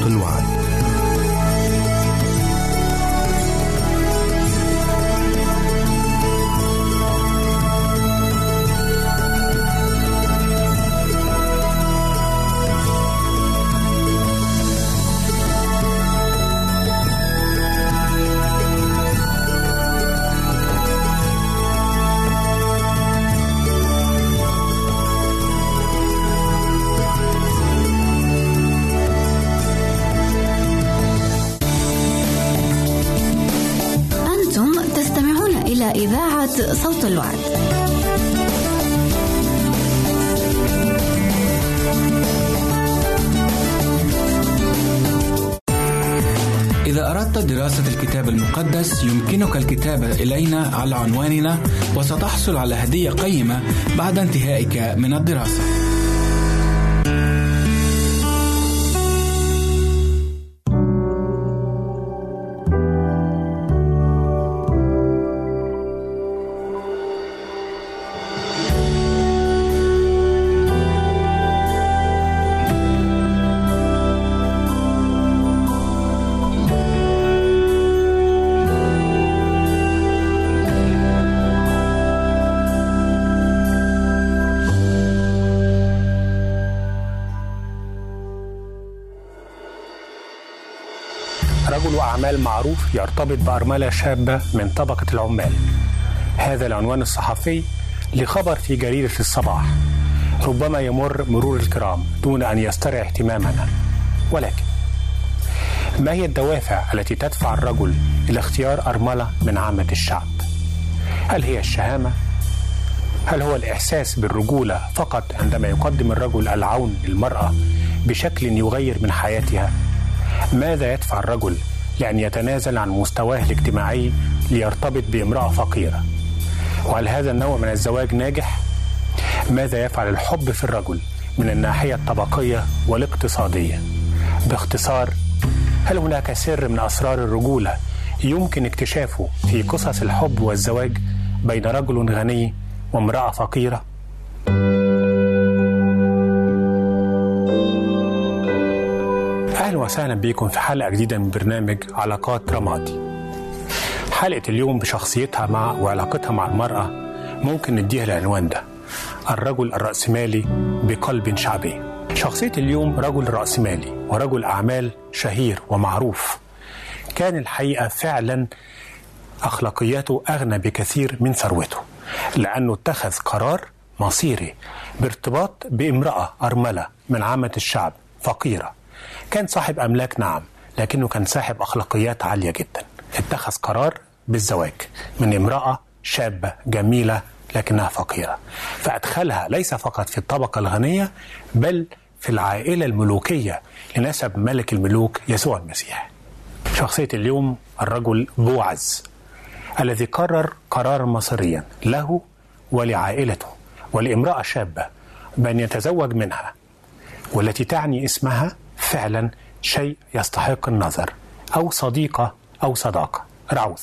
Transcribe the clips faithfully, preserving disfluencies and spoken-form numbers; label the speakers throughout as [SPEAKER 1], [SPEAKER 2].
[SPEAKER 1] الوعد.
[SPEAKER 2] إذاعة صوت الوعد.
[SPEAKER 3] إذا أردت دراسة الكتاب المقدس يمكنك الكتابة إلينا على عنواننا، وستحصل على هدية قيمة بعد انتهائك من الدراسة.
[SPEAKER 4] رجل أعمال معروف يرتبط بأرملة شابة من طبقة العمال. هذا العنوان الصحفي لخبر في جريدة الصباح، ربما يمر مرور الكرام دون أن يسترع اهتمامنا. ولكن ما هي الدوافع التي تدفع الرجل إلى اختيار أرملة من عامة الشعب؟ هل هي الشهامة؟ هل هو الإحساس بالرجولة فقط عندما يقدم الرجل العون للمرأة بشكل يغير من حياتها؟ ماذا يدفع الرجل لأن يتنازل عن مستواه الاجتماعي ليرتبط بامرأة فقيرة؟ وهل هذا النوع من الزواج ناجح؟ ماذا يفعل الحب في الرجل من الناحية الطبقية والاقتصادية؟ باختصار، هل هناك سر من أسرار الرجولة يمكن اكتشافه في قصص الحب والزواج بين رجل غني وامرأة فقيرة؟ أهلا وسهلا بكم في حلقة جديدة من برنامج علاقات رمادي. حلقة اليوم بشخصيتها مع وعلاقتها مع المرأة ممكن نديها العنوان ده: الرجل الرأسمالي بقلب شعبي. شخصية اليوم رجل رأسمالي ورجل أعمال شهير ومعروف. كان الحقيقة فعلا أخلاقياته أغنى بكثير من ثروته، لأنه اتخذ قرار مصيري بارتباط بامرأة أرملة من عامة الشعب فقيرة. كان صاحب أملاك نعم، لكنه كان صاحب أخلاقيات عالية جدا. اتخذ قرار بالزواج من امرأة شابة جميلة لكنها فقيرة، فأدخلها ليس فقط في الطبقة الغنية بل في العائلة الملوكية لنسب ملك الملوك يسوع المسيح. شخصية اليوم الرجل بوعز الذي قرر قرارا مصيريا له ولعائلته ولامرأة شابة بأن يتزوج منها، والتي تعني اسمها فعلا شيء يستحق النظر، أو صديقة أو صداقة. رعوث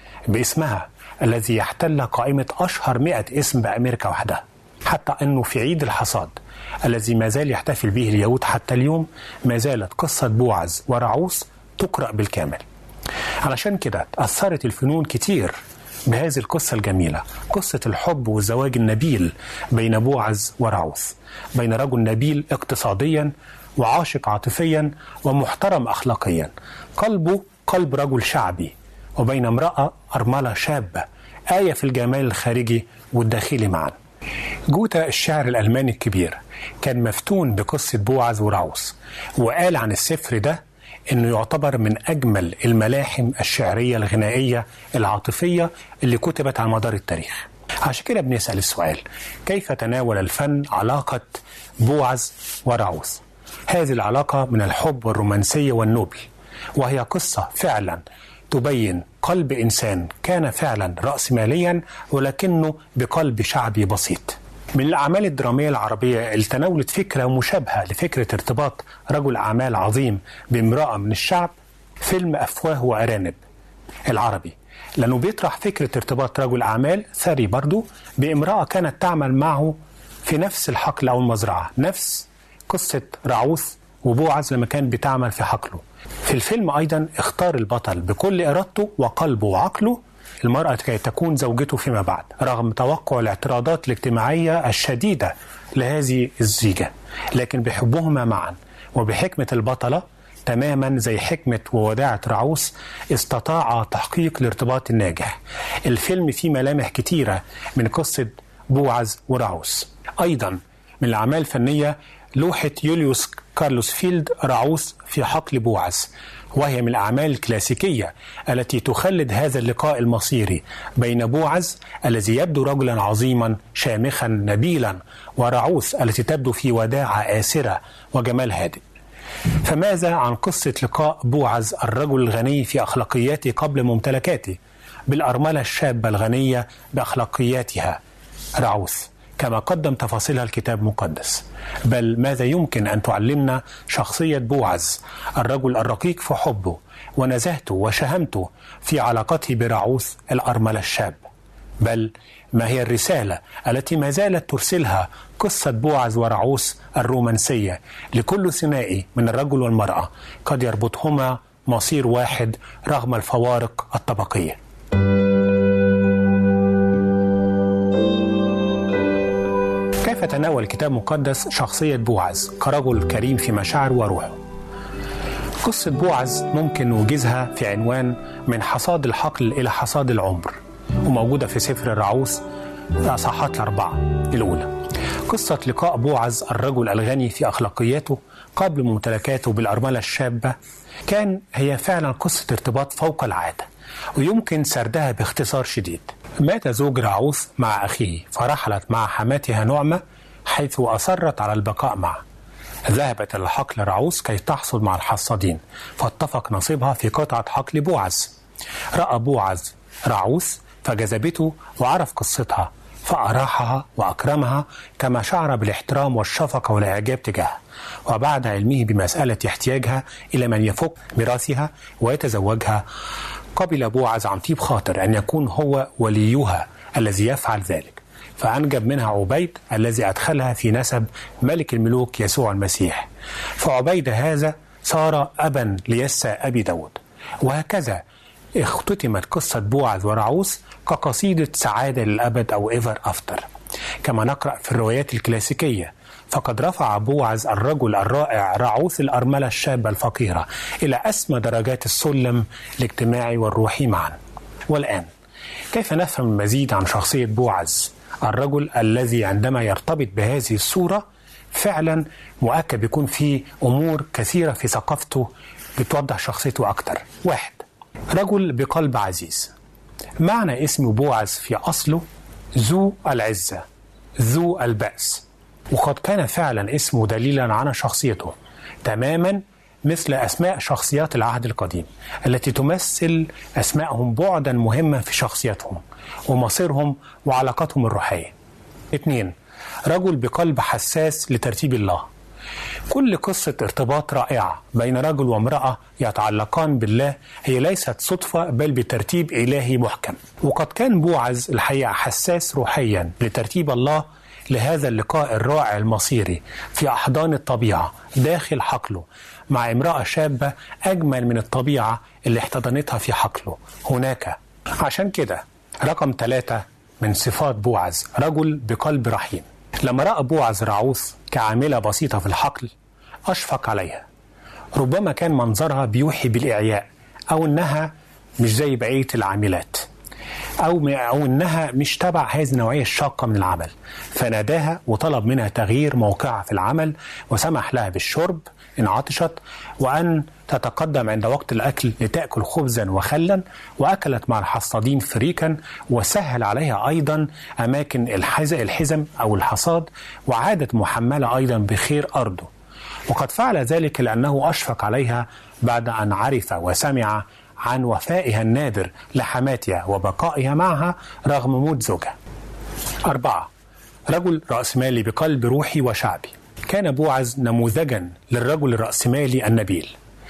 [SPEAKER 4] باسمها الذي يحتل قائمة أشهر مئة اسم بأمريكا وحدها، حتى أنه في عيد الحصاد الذي ما زال يحتفل به اليهود حتى اليوم ما زالت قصة بوعز ورعوث تقرأ بالكامل. علشان كده تأثرت الفنون كتير بهذه القصة الجميلة، قصة الحب والزواج النبيل بين بوعز ورعوث، بين رجل نبيل اقتصاديا وعاشق عاطفيا ومحترم أخلاقيا، قلبه قلب رجل شعبي، وبين امرأة أرملة شابة، آية في الجمال الخارجي والداخلي معا. جوتا الشاعر الألماني الكبير كان مفتون بقصة بوعز ورعوث، وقال عن السفر ده إنه يعتبر من أجمل الملاحم الشعرية الغنائية العاطفية اللي كتبت على مدار التاريخ. عشان كده بنسأل السؤال: كيف تناول الفن علاقة بوعز ورعوث؟ هذه العلاقة من الحب والرومانسية والنوبل، وهي قصة فعلا تبين قلب إنسان كان فعلا رأسماليا ولكنه بقلب شعبي بسيط. من الأعمال الدرامية العربية اللي تناولت فكرة مشابهة لفكرة ارتباط رجل أعمال عظيم بامرأة من الشعب فيلم أفواه وأرانب العربي، لأنه بيطرح فكرة ارتباط رجل أعمال ثري برضو بامرأة كانت تعمل معه في نفس الحقل أو المزرعة، نفس قصة رعوث وبوعز لما كان بتعمل في حقله. في الفيلم أيضا اختار البطل بكل إرادته وقلبه وعقله المرأة كي تكون زوجته فيما بعد، رغم توقع الاعتراضات الاجتماعية الشديدة لهذه الزيجة، لكن بحبهما معا وبحكمة البطلة تماما زي حكمة ووداعة رعوس استطاع تحقيق الارتباط الناجح. الفيلم فيه ملامح كتيرة من قصة بوعز ورعوس. أيضا من الأعمال الفنية لوحة يوليوس كارلوس فيلد رعوس في حقل بوعز، وهي من الأعمال الكلاسيكية التي تخلد هذا اللقاء المصيري بين بوعز الذي يبدو رجلا عظيما شامخا نبيلا ورعوس التي تبدو في وداعة آسرة وجمال هادئ. فماذا عن قصة لقاء بوعز الرجل الغني في أخلاقياته قبل ممتلكاته بالأرملة الشابة الغنية بأخلاقياتها رعوس كما قدم تفاصيلها الكتاب المقدس؟ بل ماذا يمكن أن تعلمنا شخصية بوعز الرجل الرقيق في حبه ونزاهته وشهامته في علاقته برعوس الأرملة الشاب؟ بل ما هي الرسالة التي ما زالت ترسلها قصة بوعز ورعوس الرومانسية لكل ثنائي من الرجل والمرأة قد يربطهما مصير واحد رغم الفوارق الطبقية؟ كيف تناول الكتاب المقدس شخصية بوعز كرجل كريم في مشاعره وروحه؟ قصة بوعز ممكن نوجزها في عنوان من حصاد الحقل إلى حصاد العمر، وموجودة في سفر الرعوس الأصحاحات الأربعة الأولى. قصة لقاء بوعز الرجل الغني في أخلاقياته قبل ممتلكاته بالأرملة الشابة كان هي فعلا قصة ارتباط فوق العادة، ويمكن سردها باختصار شديد. مات زوج رعوس مع أخيه فرحلت مع حماتها نعمة حيث أصرت على البقاء معه. ذهبت إلى حقل رعوس كي تحصد مع الحصادين، فاتفق نصيبها في قطعة حقل بوعز. رأى بوعز رعوس فجذبته وعرف قصتها فأراحها وأكرمها كما شعر بالاحترام والشفقة والإعجاب تجاهها. وبعد علمه بمسألة احتياجها إلى من يفك ميراثها ويتزوجها قبل بوعز عن طيب خاطر أن يكون هو وليها الذي يفعل ذلك، فأنجب منها عبيد الذي أدخلها في نسب ملك الملوك يسوع المسيح، فعبيد هذا صار أبا ليسى أبي داود. وهكذا اختتمت قصة بوعز ورعوس كقصيدة سعادة للأبد أو إيفر أفتر. كما نقرأ في الروايات الكلاسيكية فقد رفع بوعز الرجل الرائع رعوس الأرملة الشابة الفقيرة إلى أسمى درجات السلم الاجتماعي والروحي معا. والآن كيف نفهم المزيد عن شخصية بوعز الرجل الذي عندما يرتبط بهذه الصورة فعلا مؤكد بيكون فيه أمور كثيرة في ثقافته بتوضح شخصيته أكتر. واحد، رجل بقلب عزيز. معنى اسم بوعز في أصله ذو العزة، ذو البأس، وقد كان فعلا اسمه دليلا على شخصيته تماما مثل أسماء شخصيات العهد القديم التي تمثل أسماءهم بعدا مهما في شخصيتهم ومصيرهم وعلاقتهم الروحية. اثنين، رجل بقلب حساس لترتيب الله. كل قصة ارتباط رائعة بين رجل وامرأة يتعلقان بالله هي ليست صدفة بل بترتيب إلهي محكم، وقد كان بوعز الحقيقة حساس روحيا لترتيب الله لهذا اللقاء الرائع المصيري في أحضان الطبيعة داخل حقله مع امرأة شابة أجمل من الطبيعة اللي احتضنتها في حقله هناك. عشان كده رقم ثلاثة من صفات بوعز رجل بقلب رحيم. لما رأى بوعز رعوس كعاملة بسيطة في الحقل أشفق عليها، ربما كان منظرها بيوحي بالإعياء أو أنها مش زي بقية العاملات أو, أو أنها مش تبع هذه النوعية الشاقة من العمل، فناداها وطلب منها تغيير موقعها في العمل وسمح لها بالشرب إن عطشت وأن تتقدم عند وقت الأكل لتأكل خبزا وخلا، وأكلت مع الحصادين فريكا وسهل عليها أيضا أماكن الحزم أو الحصاد، وعادت محملة أيضا بخير أرضه. وقد فعل ذلك لأنه أشفق عليها بعد أن عرف وسمع عن وفائها النادر لحماتها وبقائها معها رغم موت زوجها. أربعة، رجل رأسمالي بقلب روحي وشعبي. كان بوعز نموذجا للرجل الرأسمالي النبيل،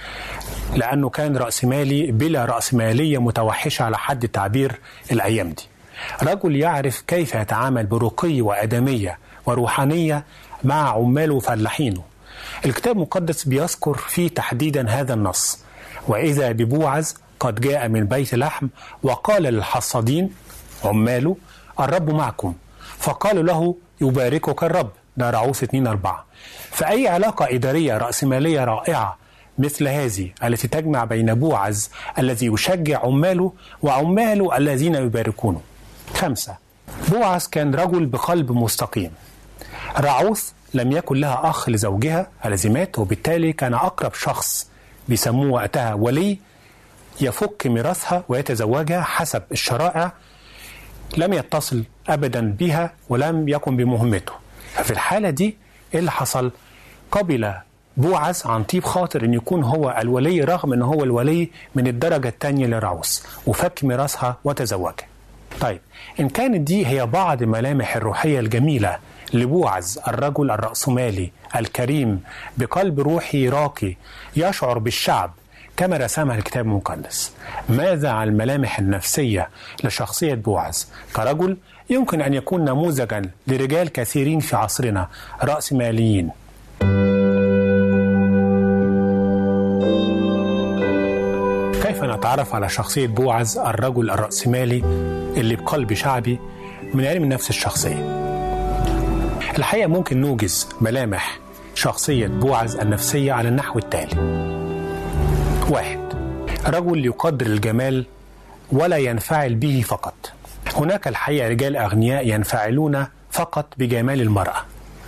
[SPEAKER 4] لأنه كان رأسمالي بلا رأسمالية متوحشة على حد تعبير الأيام دي. رجل يعرف كيف يتعامل برقي وأدمية وروحانية مع عماله وفلاحينه. الكتاب المقدس بيذكر فيه تحديدا هذا النص: وإذا ببوعز قد جاء من بيت لحم وقال للحصادين عماله الرب معكم، فقالوا له يباركك الرب. ده رعوث اتنين أربعة. فأي علاقة إدارية رأسمالية رائعة مثل هذه التي تجمع بين بوعز الذي يشجع عماله وعماله الذين يباركونه. خمسة، بوعز كان رجل بقلب مستقيم. رعوث لم يكن لها أخ لزوجها الذي مات، وبالتالي كان أقرب شخص بيسموه وقتها ولي يفك ميراثها ويتزوجها حسب الشرائع. لم يتصل أبدا بها ولم يكن بمهمته. ففي الحالة دي إيه اللي حصل؟ قبل بوعز عن طيب خاطر أن يكون هو الولي، رغم أنه هو الولي من الدرجة الثانية لرعوث، وفك ميراثها وتزوجها. طيب، إن كانت دي هي بعض ملامح الروحية الجميلة لبوعز الرجل الرأسمالي الكريم بقلب روحي راقي يشعر بالشعب كما رسمها الكتاب المقدس، ماذا عن الملامح النفسية لشخصية بوعز كرجل يمكن أن يكون نموذجا لرجال كثيرين في عصرنا رأسماليين؟ كيف نتعرف على شخصية بوعز الرجل الرأسمالي اللي بقلب شعبي من علم النفس الشخصية؟ الحقيقة ممكن نوجز ملامح شخصية بوعز النفسية على النحو التالي. واحد، رجل يقدر الجمال ولا ينفعل به فقط. هناك الحقيقة رجال أغنياء ينفعلون فقط بجمال المرأة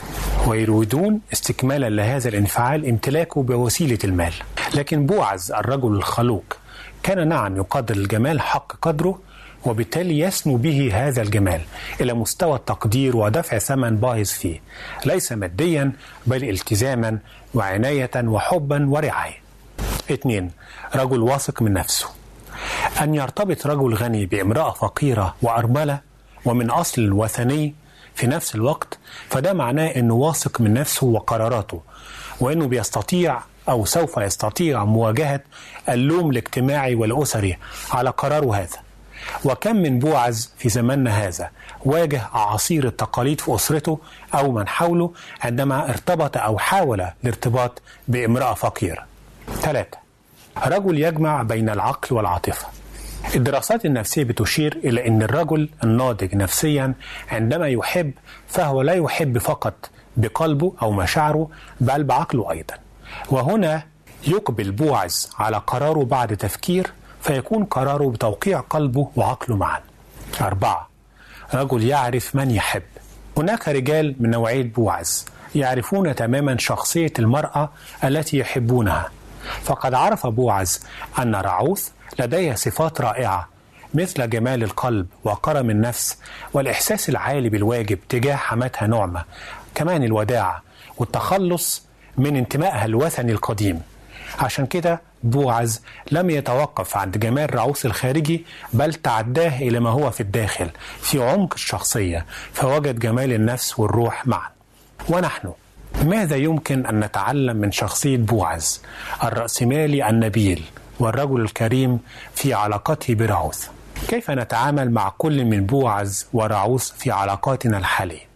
[SPEAKER 4] ويريدون استكمالا لهذا الانفعال امتلاكه بوسيلة المال. لكن بوعز الرجل الخلوق كان نعم يقدر الجمال حق قدره، وبالتالي يسمو به هذا الجمال إلى مستوى التقدير ودفع ثمن باهظ فيه، ليس ماديا بل التزاما وعناية وحبا ورعاية. اثنين، رجل واثق من نفسه. أن يرتبط رجل غني بامرأة فقيرة وأرملة ومن أصل وثني في نفس الوقت، فده معناه أنه واثق من نفسه وقراراته، وأنه بيستطيع أو سوف يستطيع مواجهة اللوم الاجتماعي والأسري على قراره هذا. وكم من بوعز في زماننا هذا واجه أعاصير التقاليد في أسرته أو من حوله عندما ارتبط أو حاول الارتباط بامرأة فقيرة. ثلاثة، رجل يجمع بين العقل والعاطفة. الدراسات النفسية بتشير إلى أن الرجل الناضج نفسيا عندما يحب فهو لا يحب فقط بقلبه أو مشاعره بل بعقله أيضا. وهنا يقبل بوعز على قراره بعد تفكير، فيكون قراره بتوقيع قلبه وعقله معا. أربعة، رجل يعرف من يحب. هناك رجال من نوعية بوعز يعرفون تماما شخصية المرأة التي يحبونها، فقد عرف بوعز أن رعوث لديها صفات رائعة مثل جمال القلب وكرم النفس والإحساس العالي بالواجب تجاه حماتها نعمة، كمان الوداعة والتخلص من انتمائها الوثني القديم. عشان كده بوعز لم يتوقف عند جمال رعوث الخارجي بل تعداه إلى ما هو في الداخل في عمق الشخصية، فوجد جمال النفس والروح معا. ونحن ماذا يمكن أن نتعلم من شخصية بوعز الرأسمالي النبيل والرجل الكريم في علاقته برعوث؟ كيف نتعامل مع كل من بوعز ورعوث في علاقاتنا الحالية؟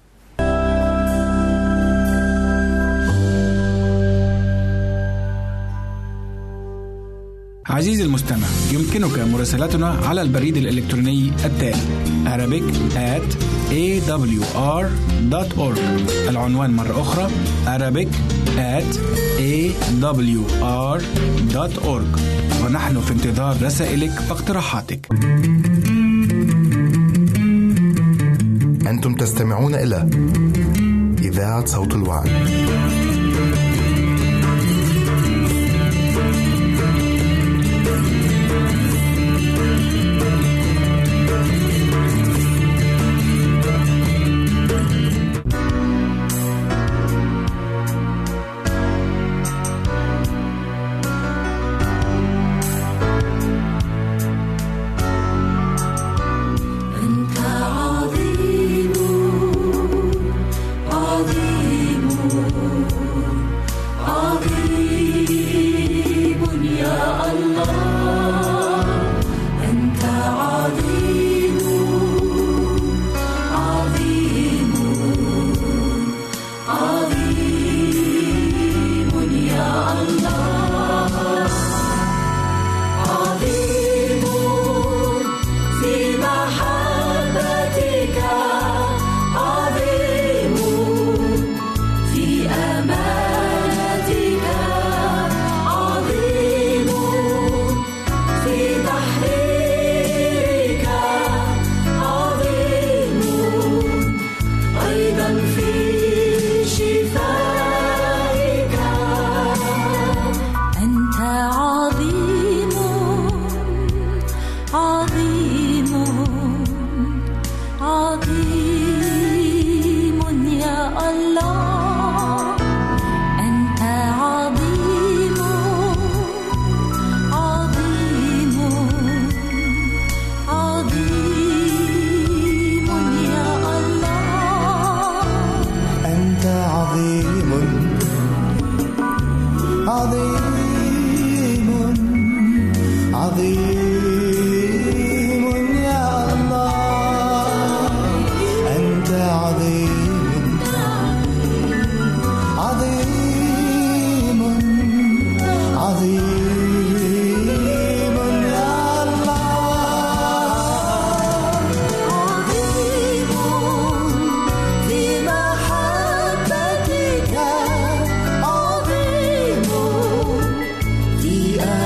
[SPEAKER 3] عزيزي المستمع، يمكنك مراسلتنا على البريد الإلكتروني التالي arabic at a w r dot org. العنوان مرة أخرى arabic at a w r dot org، ونحن في انتظار رسائلك واقتراحاتك.
[SPEAKER 1] أنتم تستمعون إلى إذاعة صوت الوعد.
[SPEAKER 2] عظيم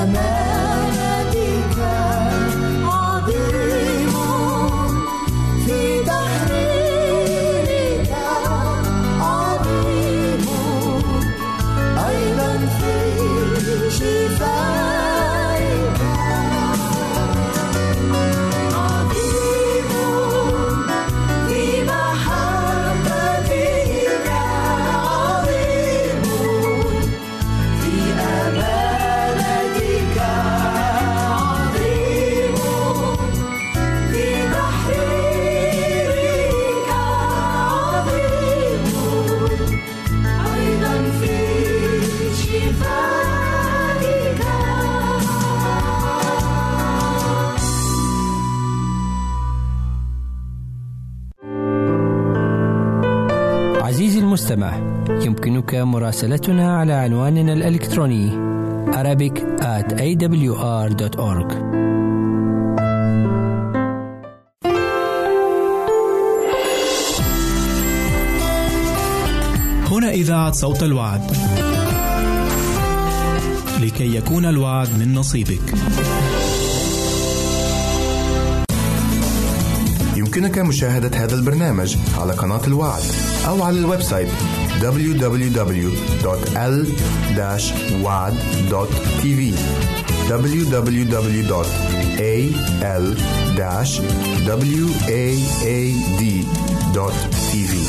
[SPEAKER 2] أمانتك عظيم في تحريرك عظيم أيضا في شفائك عظيم في محبتك عظيم في أمانتك عظيم في تحريرك عظيم أيضا في شفائك.
[SPEAKER 5] عزيزي المستمع، يمكنك مراسلتنا على عنواننا الإلكتروني arabic at a w r dot org.
[SPEAKER 6] هنا إذاعة صوت الوعد، لكي يكون الوعد من نصيبك.
[SPEAKER 1] يمكنك مشاهدة هذا البرنامج على قناة الوعد أو على الويب سايت دبليو دبليو دبليو دوت إل وعد دوت تي في دبليو دبليو دبليو دوت إيه إل واد دوت تي في.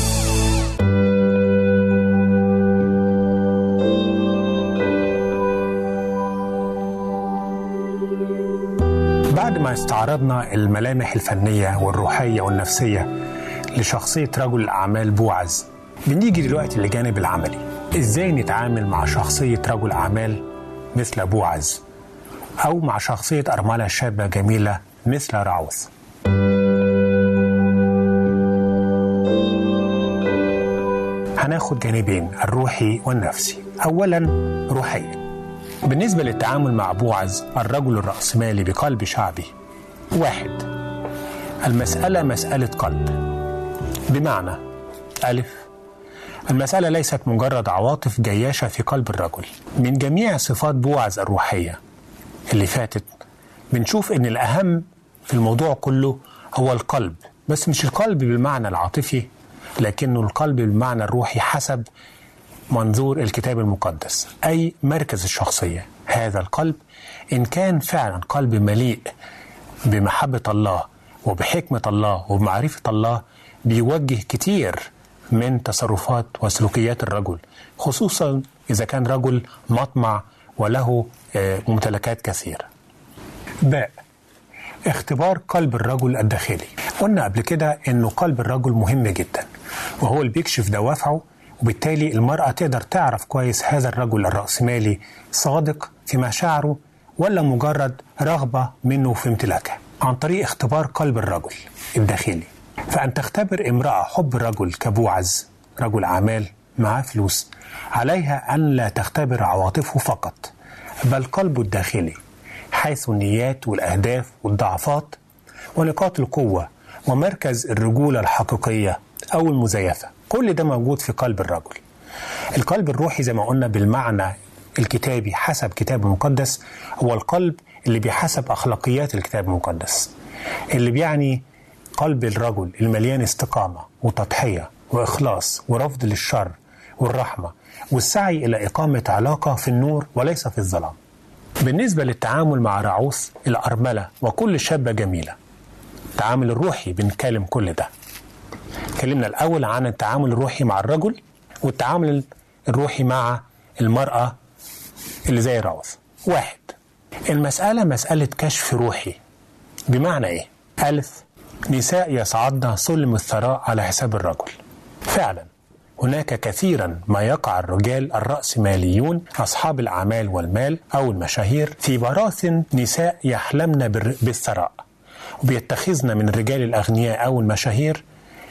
[SPEAKER 4] بعد ما استعرضنا الملامح الفنية والروحية والنفسية لشخصية رجل الأعمال بوعز، بنيجي دلوقتي للجانب العملي. إزاي نتعامل مع شخصية رجل أعمال مثل بوعز، أو مع شخصية أرملة شابة جميلة مثل رعوث؟ هناخد جانبين، الروحي والنفسي. أولا روحي. بالنسبة للتعامل مع بوعز الرجل الرأسمالي بقلب شعبي، واحد، المسألة مسألة قلب. بمعنى ألف، المسألة ليست مجرد عواطف جياشة في قلب الرجل. من جميع صفات بوعز الروحية اللي فاتت بنشوف إن الأهم في الموضوع كله هو القلب، بس مش القلب بالمعنى العاطفي، لكنه القلب بالمعنى الروحي حسب منظور الكتاب المقدس، أي مركز الشخصية. هذا القلب إن كان فعلا قلب مليء بمحبة الله وبحكمة الله وبمعرفة الله، بيوجه كتير من تصرفات وسلوكيات الرجل، خصوصا إذا كان رجل مطمع وله ممتلكات كثيرة. باء، اختبار قلب الرجل الداخلي. قلنا قبل كده إنه قلب الرجل مهم جدا، وهو اللي بيكشف دوافعه، وبالتالي المرأة تقدر تعرف كويس هذا الرجل الرأسمالي صادق في مشاعره ولا مجرد رغبة منه في امتلاكها، عن طريق اختبار قلب الرجل الداخلي. فأن تختبر امرأة حب الرجل كبوعز رجل أعمال معاه فلوس، عليها أن لا تختبر عواطفه فقط، بل قلبه الداخلي، حيث النيات والأهداف والضعفات ونقاط القوة ومركز الرجولة الحقيقية أو المزيفة. كل ده موجود في قلب الرجل. القلب الروحي زي ما قلنا بالمعنى الكتابي حسب كتاب المقدس هو القلب اللي بيحسب أخلاقيات الكتاب المقدس، اللي بيعني قلب الرجل المليان استقامة وتضحية وإخلاص ورفض للشر والرحمة والسعي إلى إقامة علاقة في النور وليس في الظلام. بالنسبة للتعامل مع رعوث الأرملة وكل شابة جميلة، التعامل الروحي بنتكلم كل ده. اتكلمنا الأول عن التعامل الروحي مع الرجل والتعامل الروحي مع المرأة اللي زي رعوث. واحد، المسألة مسألة كشف روحي. بمعنى إيه؟ ألف، نساء يصعدن سلم الثراء على حساب الرجل. فعلا هناك كثيرا ما يقع الرجال الرأسماليون أصحاب الأعمال والمال أو المشاهير في براثن نساء يحلمن بالثراء، وبيتخذن من الرجال الأغنياء أو المشاهير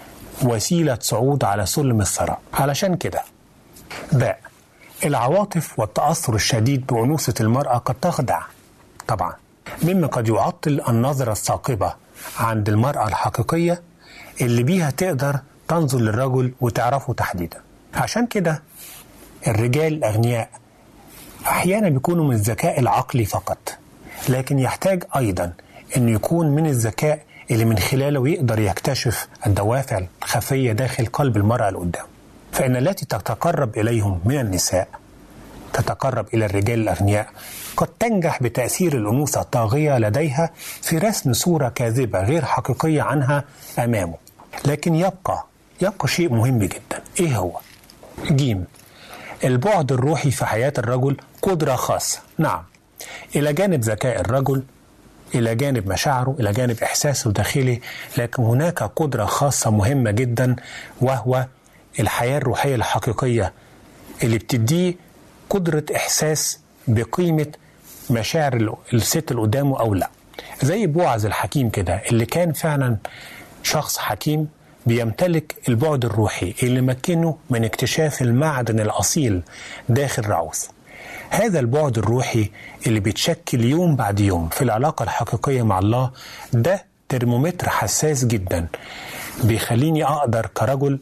[SPEAKER 4] وسيلة صعود على سلم الثراء. علشان كده باء، العواطف والتأثر الشديد بأنوثة المرأة قد تخدع طبعا، مما قد يعطل النظرة الثاقبة عند المرأة الحقيقية اللي بيها تقدر تنظر للرجل وتعرفه تحديدا. عشان كده الرجال الأغنياء أحيانا بيكونوا من الذكاء العقلي فقط، لكن يحتاج أيضا أن يكون من الذكاء اللي من خلاله يقدر يكتشف الدوافع الخفية داخل قلب المرأة اللي قدامه. فإن التي تتقرب إليهم من النساء تتقرب إلى الرجال الأغنياء قد تنجح بتأثير الأنوثة الطاغية لديها في رسم صورة كاذبة غير حقيقية عنها أمامه. لكن يبقى يبقى شيء مهم جدا. إيه هو؟ جيم، البعد الروحي في حياة الرجل قدرة خاصة. نعم، إلى جانب ذكاء الرجل، إلى جانب مشاعره، إلى جانب إحساسه الداخلي، لكن هناك قدرة خاصة مهمة جدا، وهو الحياة الروحية الحقيقية اللي بتديه قدرة إحساس بقيمة مشاعر الست اللي قدامه أو لا. زي بوعز الحكيم كده، اللي كان فعلا شخص حكيم بيمتلك البعد الروحي اللي مكنه من اكتشاف المعدن الأصيل داخل رعوث. هذا البعد الروحي اللي بيتشكل يوم بعد يوم في العلاقة الحقيقية مع الله، ده ترمومتر حساس جدا بيخليني أقدر كرجل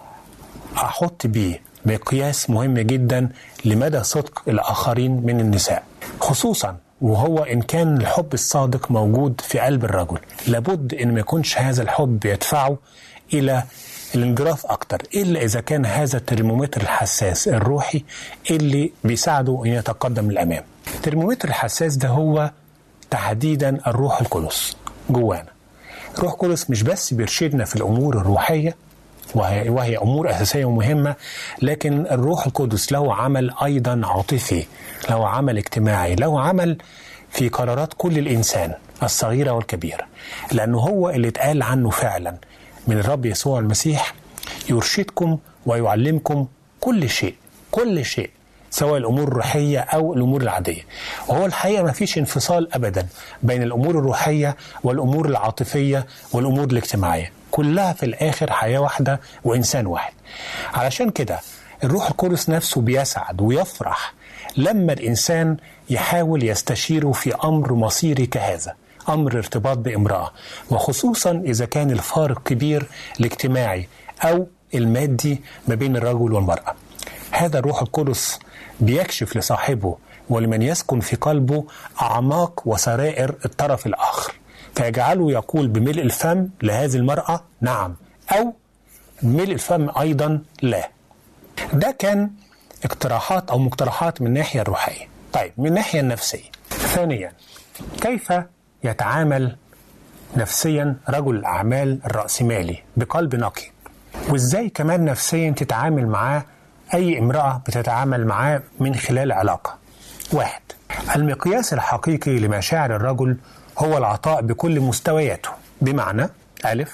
[SPEAKER 4] أحط بيه مقياس مهم جدا لمدى صدق الآخرين من النساء، خصوصا وهو إن كان الحب الصادق موجود في قلب الرجل. لابد إن ما يكونش هذا الحب يدفعه إلى الانجراف أكتر، إلا إذا كان هذا الترمومتر الحساس الروحي اللي بيساعده أن يتقدم للأمام. الترمومتر الحساس ده هو تحديدا الروح القدس جوانا. الروح القدس مش بس بيرشدنا في الأمور الروحية وهي, وهي أمور أساسية ومهمة، لكن الروح القدس له عمل أيضا عاطفي، له عمل اجتماعي، له عمل في قرارات كل الإنسان الصغيرة والكبيرة، لأنه هو اللي اتقال عنه فعلا من الرب يسوع المسيح: يرشدكم ويعلمكم كل شيء، كل شيء، سواء الأمور الروحية أو الأمور العادية. وهو الحقيقة ما فيش انفصال أبدا بين الأمور الروحية والأمور العاطفية والأمور الاجتماعية، كلها في الآخر حياة واحدة وإنسان واحد. علشان كده الروح القدس نفسه بيسعد ويفرح لما الإنسان يحاول يستشيره في أمر مصيري كهذا، أمر ارتباط بامرأة، وخصوصا إذا كان الفارق كبير الاجتماعي أو المادي ما بين الرجل والمرأة. هذا الروح القدس بيكشف لصاحبه ولمن يسكن في قلبه أعماق وسرائر الطرف الآخر، فيجعله يقول بملء الفم لهذه المرأة نعم، أو بملء الفم أيضا لا. ده كان اقتراحات أو مقترحات من الناحية الروحية. طيب، من الناحية النفسية، ثانيا، كيف يتعامل نفسيا رجل الأعمال الرأسمالي بقلب نقي، وإزاي كمان نفسيا تتعامل معاه أي امرأة بتتعامل معاه من خلال علاقة. واحد، المقياس الحقيقي لمشاعر الرجل هو العطاء بكل مستوياته. بمعنى ألف،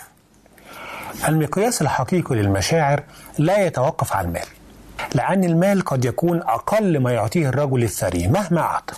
[SPEAKER 4] المقياس الحقيقي للمشاعر لا يتوقف على المال، لأن المال قد يكون أقل ما يعطيه الرجل الثري مهما أعطى.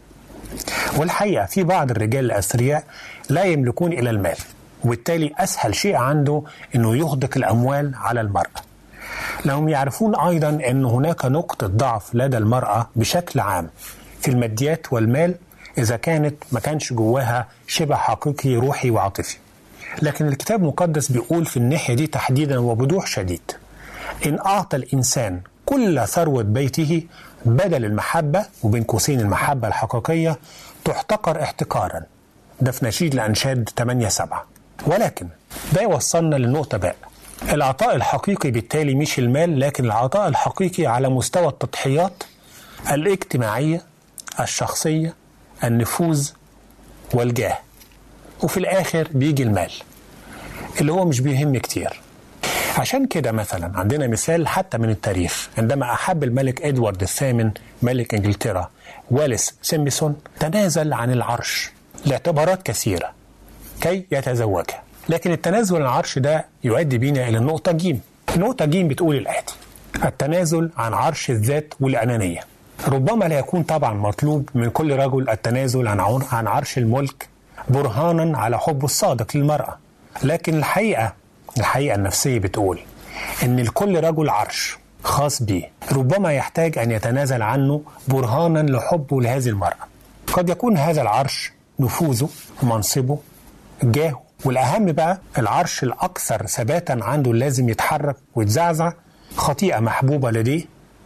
[SPEAKER 4] والحقيقة في بعض الرجال الأثرياء لا يملكون إلى المال، وبالتالي أسهل شيء عنده أنه يغدق الأموال على المرأة. لهم يعرفون أيضا أن هناك نقطة ضعف لدى المرأة بشكل عام في الماديات والمال، إذا كانت ما كانش جواها شبه حقيقي روحي وعاطفي. لكن الكتاب المقدس بيقول في الناحية دي تحديدا وبوضوح شديد: إن أعطى الإنسان كل ثروة بيته بدل المحبة، وبين قوسين المحبة الحقيقية، تحتقر احتقارا. ده في نشيد الأنشاد ثمانية سبعة. ولكن ده يوصلنا للنقطة باء. العطاء الحقيقي بالتالي مش المال، لكن العطاء الحقيقي على مستوى التضحيات الاجتماعية، الشخصية، النفوذ والجاه. وفي الآخر بيجي المال اللي هو مش بيهم كتير. عشان كده مثلا عندنا مثال حتى من التاريخ، عندما أحب الملك إدوارد الثامن ملك إنجلترا واليس سيمبسون تنازل عن العرش لاعتبارات كثيرة كي يتزوجها. لكن التنازل عن العرش ده يؤدي بينا إلى النقطة جيم. النقطة جيم بتقول الآتي: التنازل عن عرش الذات والأنانية. ربما لا يكون طبعا مطلوب من كل رجل التنازل عن عن عرش الملك برهانا على حبه الصادق للمرأة، لكن الحقيقة الحقيقة النفسية بتقول إن لكل رجل عرش خاص به ربما يحتاج أن يتنازل عنه برهانا لحبه لهذه المرأة. قد يكون هذا العرش نفوذه ومنصبه، جاهه، والأهم بقى العرش الأكثر ثباتا عنده لازم يتحرك ويتزعزع، خطيئة محبوبة لديه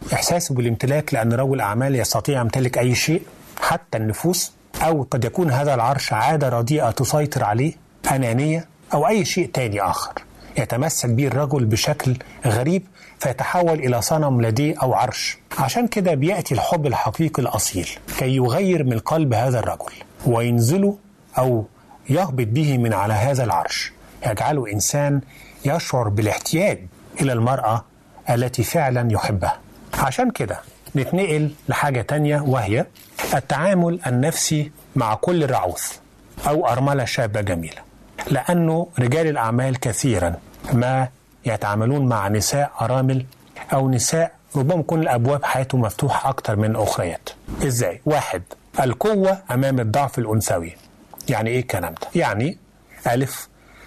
[SPEAKER 4] إحساسه بالامتلاك لأن رجل أعمال يستطيع يمتلك أي شيء حتى النفوس، أو قد يكون هذا العرش عادة رديئة تسيطر عليه، أنانية، أو أي شيء تاني آخر يتمسك به الرجل بشكل غريب فيتحول إلى صنم لديه أو عرش. عشان كده بيأتي الحب الحقيقي الأصيل كي يغير من قلب هذا الرجل وينزله أو يهبط به من على هذا العرش، يجعله إنسان يشعر بالاحتياج إلى المرأة التي فعلا يحبها. عشان كده نتنقل لحاجة تانية، وهي التعامل النفسي مع كل رعوث أو أرملة شابة جميلة، لأنه رجال الأعمال كثيرا ما يتعاملون مع نساء أرامل أو نساء ربما يكون الأبواب حياته مفتوحة أكتر من أخريات. إزاي؟ واحد، القوة أمام الضعف الأنثوي. يعني إيه الكلام ده؟ يعني ألف،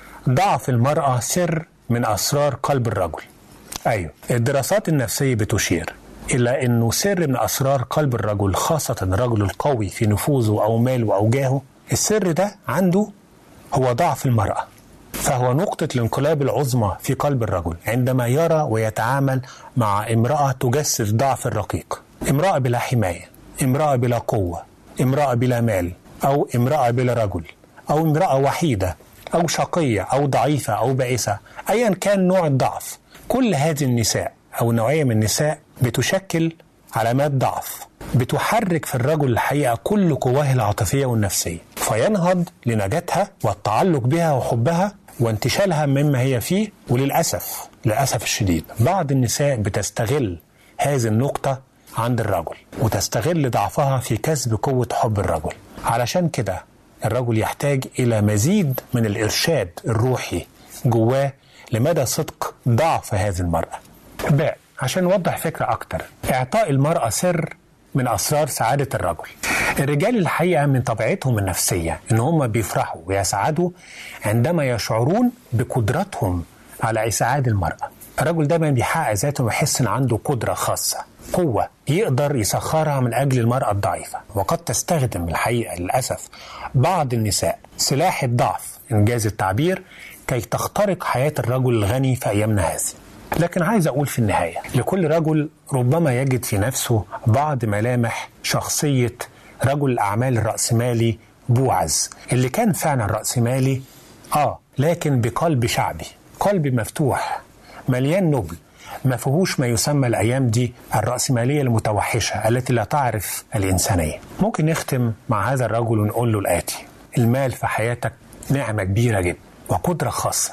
[SPEAKER 4] ضعف المرأة سر من أسرار قلب الرجل. أيوه، الدراسات النفسية بتشير إلى أنه سر من أسرار قلب الرجل، خاصة الرجل القوي في نفوذه أو ماله أو جاهه، السر ده عنده هو ضعف المرأة. فهو نقطة الانقلاب العظمى في قلب الرجل عندما يرى ويتعامل مع امرأة تجسد ضعف الرقيق، امرأة بلا حماية، امرأة بلا قوة، امرأة بلا مال، أو امرأة بلا رجل، أو امرأة وحيدة، أو شقية، أو ضعيفة، أو بائسة، أيا كان نوع الضعف. كل هذه النساء أو نوعية من النساء بتشكل علامات ضعف بتحرك في الرجل الحقيقة كل قواه العاطفية والنفسية، فينهض لنجاتها والتعلق بها وحبها وانتشالها مما هي فيه. وللأسف للأسف الشديد بعض النساء بتستغل هذه النقطة عند الرجل وتستغل ضعفها في كسب قوة حب الرجل. علشان كده الرجل يحتاج إلى مزيد من الإرشاد الروحي جواه لمدى صدق ضعف هذه المرأة. باء، عشان نوضح فكرة أكتر، إعطاء المرأة سر من أسرار سعادة الرجل. الرجال الحقيقة من طبيعتهم النفسية إن هم بيفرحوا ويسعدوا عندما يشعرون بقدرتهم على إسعاد المرأة. الرجل دايما بيحقق ذاته ويحس إن عنده قدرة خاصة، قوة يقدر يسخرها من أجل المرأة الضعيفة. وقد تستخدم الحقيقة للأسف بعض النساء سلاح الضعف إنجاز التعبير كي تخترق حياة الرجل الغني في أيامنا هذه. لكن عايز أقول في النهاية لكل رجل ربما يجد في نفسه بعض ملامح شخصية رجل الأعمال الرأسمالي بوعز، اللي كان فعلا رأسمالي آه لكن بقلب شعبي، قلب مفتوح مليان نبل، ما فيهوش ما يسمى الأيام دي الرأسمالية المتوحشة التي لا تعرف الإنسانية. ممكن نختم مع هذا الرجل ونقول له الآتي: المال في حياتك نعمة كبيرة جدا وقدرة خاصة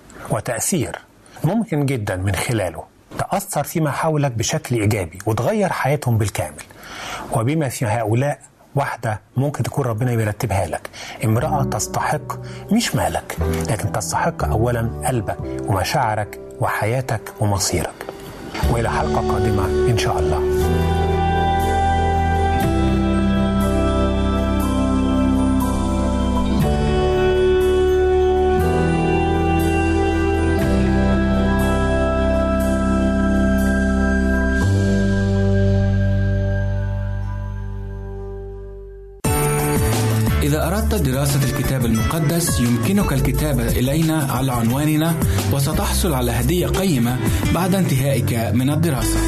[SPEAKER 4] وتأثير ممكن جدا من خلاله تأثر فيما حولك بشكل إيجابي وتغير حياتهم بالكامل. وبما في هؤلاء واحدة ممكن تكون ربنا يرتبها لك، امرأة تستحق مش مالك لكن تستحق أولا قلبك ومشاعرك وحياتك ومصيرك. وإلى حلقة قادمة إن شاء الله.
[SPEAKER 3] إذا أردت دراسة الكتاب المقدس يمكنك الكتابة إلينا على عنواننا وستحصل على هدية قيمة بعد انتهائك من الدراسة.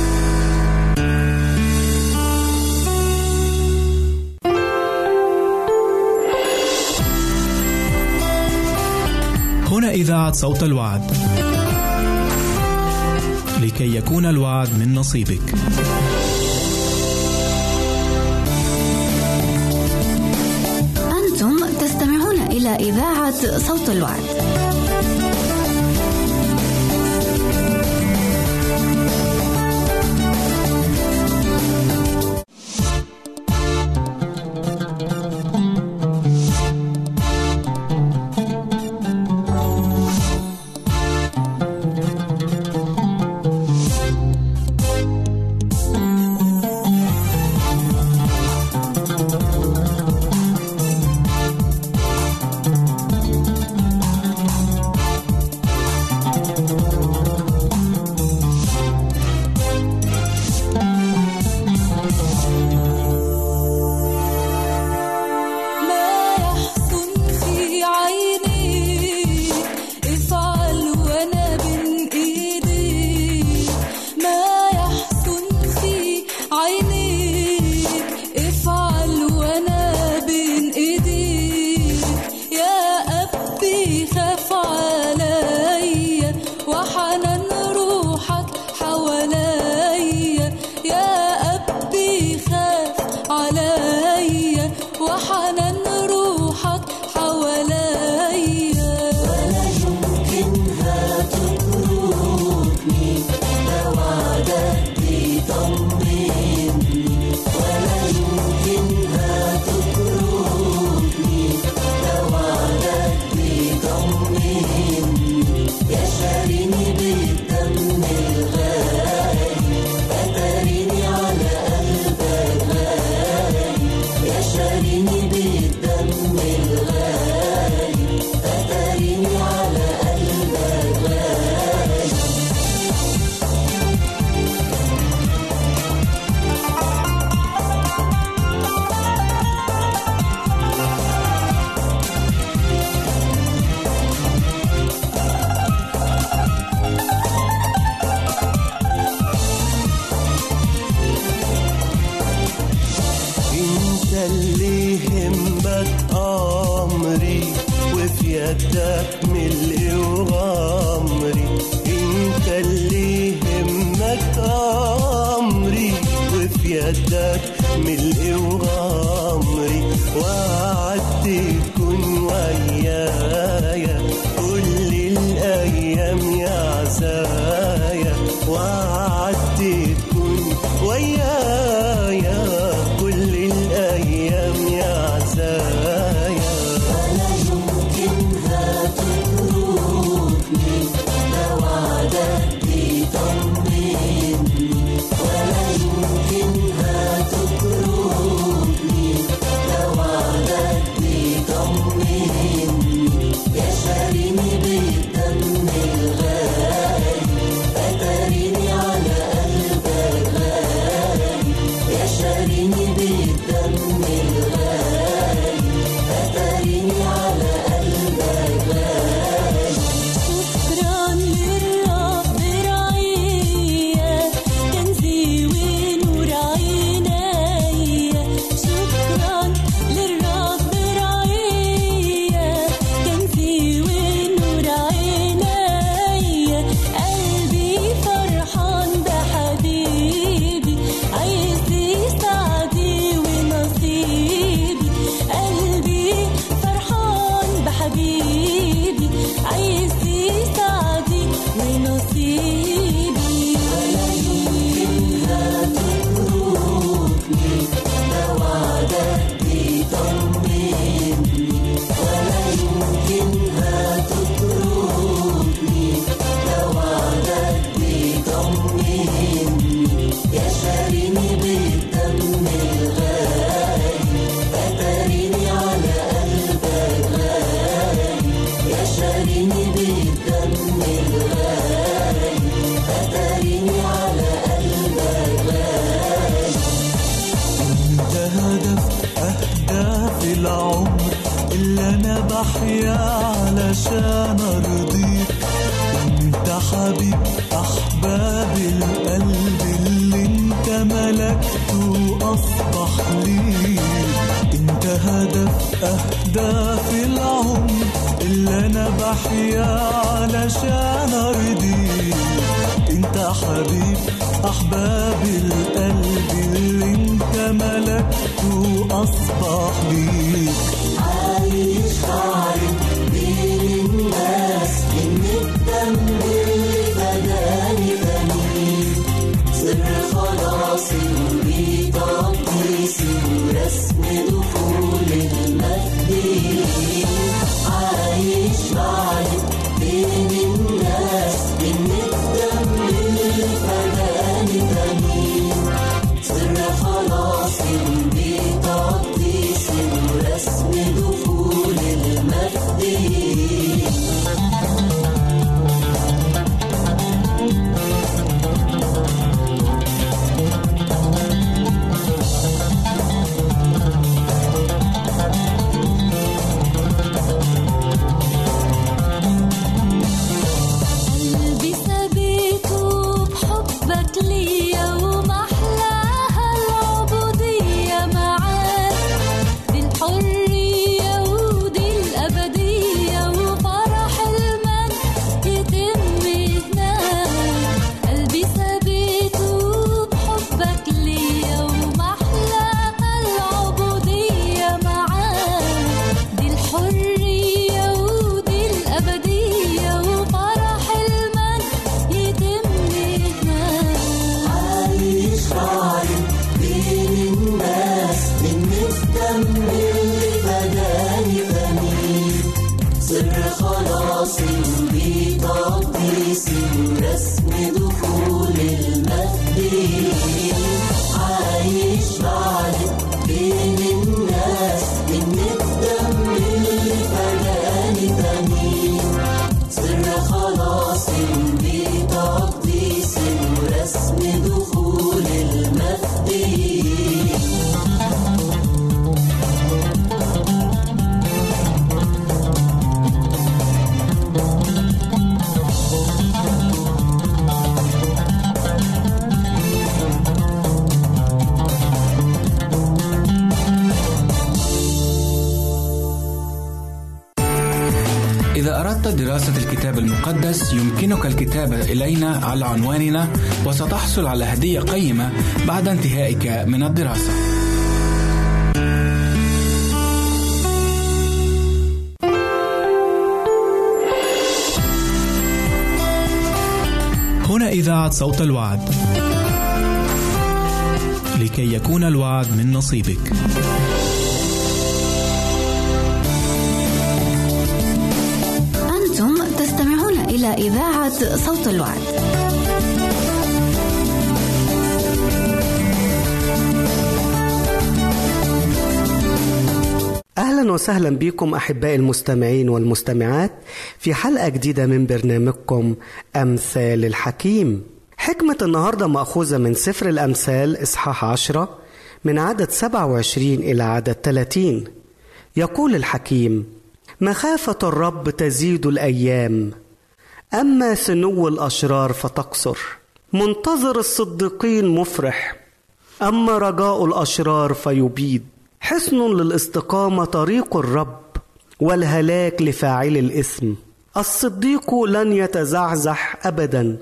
[SPEAKER 6] هنا إذاعة صوت الوعد، لكي يكون الوعد من نصيبك.
[SPEAKER 7] إلى إذاعة صوت الوعد.
[SPEAKER 2] شاريني بالدم الغالي أتاريني على قلبك غالي. انت اللي همك امري وفي يدك ملء وغمري. انت اللي همك امري وفي يدك ملء وغمري. وعدت تكون ويايا كل الايام يا عزايا. وعدت تكون ويايا كل الايام يا عزايا. ولا يمكن هتتركني لو وعدك بيطمني. ولا يمكن هتتركني لو وعدك بيطمني. يا شاريني بالدم الغالي أتاريني على قلبك غالي. يا شاريني بالدم الغالي أتاريني على قلبك غالي. شكرا للرب رعية كنزي ونور عينيا. شكرا للرب رعية كنزي ونور عينيا. قلبي فرحان بحبيبي عايز يسعدي ونصيبي. قلبي فرحان بحبيبي عايز يسعدي ونصيبي. ولا يمكن هتتركني لو وعدك بيطمني. ولا يمكن هتتركني لو وعدك بيطمني. يا شاريني بالدم الغالي أتاريني على قلبك غالي. يا شاريني بالدم الغالي أتاريني على قلبك غالي. انت هدف أهداف العمر اللي أنا بحيا علشان أرضيك. انت حبيب أحباب القلب اللي انت ملكته أصبح لي. انت هدف أهداف العمر اللي أنا بحيا علشان أرضيك. انت حبيب أحباب القلب اللي انت ملكته أصبح ليك. عايش عارف بين الناس إن الدم اللي فداني ثمين. سر خلاصي وبتقديسي ورسم دخول المجدين. عايش عارف بين الناس إن الدم اللي فداني ثمين. سر خلاصي وبتقديسي ورسم
[SPEAKER 3] إذا أردت دراسة الكتاب المقدس يمكنك الكتابة إلينا على عنواننا، وستحصل على هدية قيمة بعد انتهائك من الدراسة.
[SPEAKER 6] هنا إذاعة صوت الوعد، لكي يكون الوعد من نصيبك.
[SPEAKER 7] أنتم تستمعون إلى إذاعة صوت الوعد.
[SPEAKER 8] أهلا وسهلا بكم أحبائي المستمعين والمستمعات في حلقة جديدة من برنامجكم أمثال الحكيم. حكمة النهاردة مأخوذة من سفر الأمثال إصحاح عشرة من عدد سبعة وعشرين إلى عدد ثلاثين. يقول الحكيم: مخافة الرب تزيد الأيام، أما سنو الأشرار فتقصر. منتظر الصديقين مفرح، أما رجاء الأشرار فيبيد. حصن للاستقامة طريق الرب، والهلاك لفاعل الإثم. الصديق لن يتزعزح أبدا،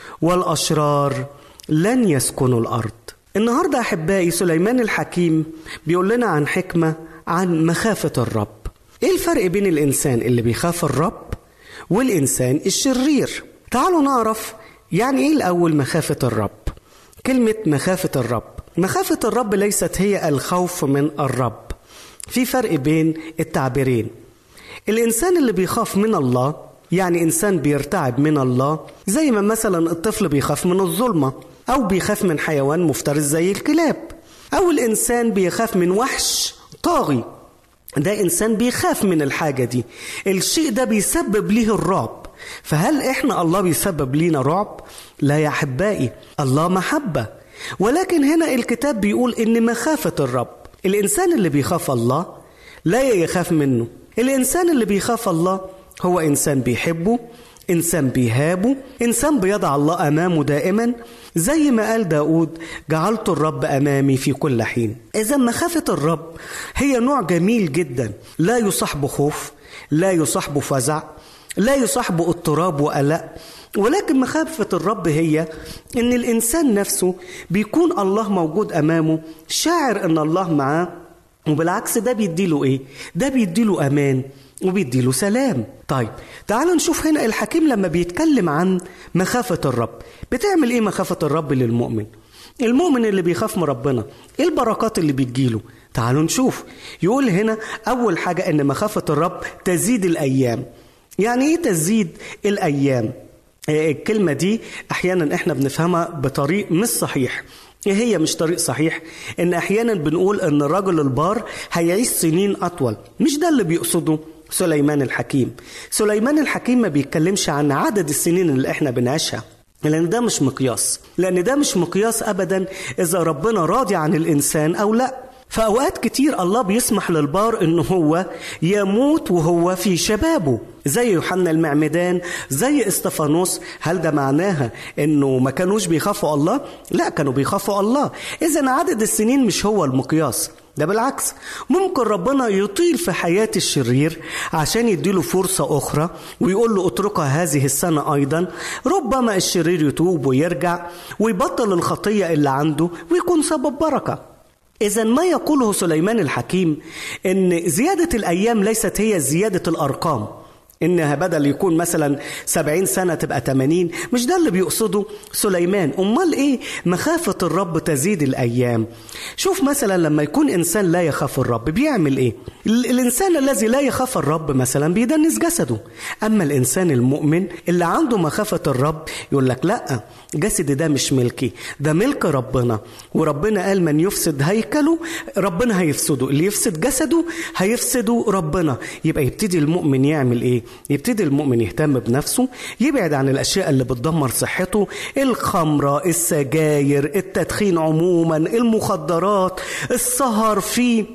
[SPEAKER 8] والأشرار لن يسكنوا الأرض. النهاردة أحبائي سليمان الحكيم بيقول لنا عن حكمة عن مخافة الرب. إيه الفرق بين الإنسان اللي بيخاف الرب والإنسان الشرير؟ تعالوا نعرف يعني إيه الأول مخافة الرب. كلمة مخافة الرب، مخافة الرب ليست هي الخوف من الرب. في فرق بين التعبيرين. الإنسان اللي بيخاف من الله يعني إنسان بيرتعب من الله، زي ما مثلا الطفل بيخاف من الظلمة، أو بيخاف من حيوان مفترس زي الكلاب، أو الإنسان بيخاف من وحش طاغي. ده إنسان بيخاف من الحاجة دي، الشيء ده بيسبب ليه الرعب. فهل إحنا الله بيسبب لينا رعب؟ لا يا أحبائي، الله محبة. ولكن هنا الكتاب بيقول إن مخافة الرب، الإنسان اللي بيخاف الله لا يخاف منه. الإنسان اللي بيخاف الله هو إنسان بيحبه، إنسان بيهابه، إنسان بيضع الله أمامه دائما، زي ما قال داود: جعلت الرب أمامي في كل حين. إذا مخافة الرب هي نوع جميل جدا، لا يصاحبه خوف، لا يصاحبه فزع، لا يصاحبه اضطراب وقلق. ولكن مخافة الرب هي إن الإنسان نفسه بيكون الله موجود أمامه، شاعر إن الله معاه، وبالعكس ده بيديله إيه؟ ده بيديله أمان وبيديله سلام. طيب تعالوا نشوف هنا الحكيم لما بيتكلم عن مخافة الرب بتعمل إيه مخافة الرب للمؤمن. المؤمن اللي بيخاف من ربنا إيه البركات اللي بتجيله؟ تعالوا نشوف. يقول هنا أول حاجة إن مخافة الرب تزيد الأيام. يعني إيه تزيد الأيام؟ الكلمة دي أحيانا إحنا بنفهمها بطريق مش صحيح. إيه هي مش طريق صحيح؟ إن أحيانا بنقول إن الرجل البار هيعيش سنين أطول. مش ده اللي بيقصده سليمان الحكيم. سليمان الحكيم ما بيتكلمش عن عدد السنين اللي إحنا بنعيشها، لأن ده مش مقياس، لأن ده مش مقياس أبدا إذا ربنا راضي عن الإنسان أو لا. فأوقات كتير الله بيسمح للبار إنه هو يموت وهو في شبابه، زي يوحنا المعمدان، زي استفانوس. هل ده معناها إنه ما كانوش بيخافوا الله؟ لا، كانوا بيخافوا الله. إذن عدد السنين مش هو المقياس، ده بالعكس. ممكن ربنا يطيل في حياة الشرير عشان يديله فرصة أخرى ويقول له اتركها هذه السنة أيضا. ربما الشرير يتوب ويرجع ويبطل الخطية اللي عنده ويكون سبب بركة. إذن ما يقوله سليمان الحكيم إن زيادة الأيام ليست هي زيادة الأرقام، إنها بدل يكون مثلا سبعين سنة تبقى تمانين. مش ده اللي بيقصده سليمان. أمال إيه مخافة الرب تزيد الأيام؟ شوف مثلا لما يكون إنسان لا يخاف الرب بيعمل إيه؟ الإنسان الذي لا يخاف الرب مثلا بيدنس جسده. أما الإنسان المؤمن اللي عنده مخافة الرب يقول لك لا، جسدي ده مش ملكي، ده ملك ربنا، وربنا قال من يفسد هيكله ربنا هيفسده، اللي يفسد جسده هيفسده ربنا. يبقى يبتدي المؤمن يعمل إيه؟ يبتدي المؤمن يهتم بنفسه، يبعد عن الأشياء اللي بتدمر صحته، الخمرة، السجاير، التدخين عموما، المخدرات، السهر في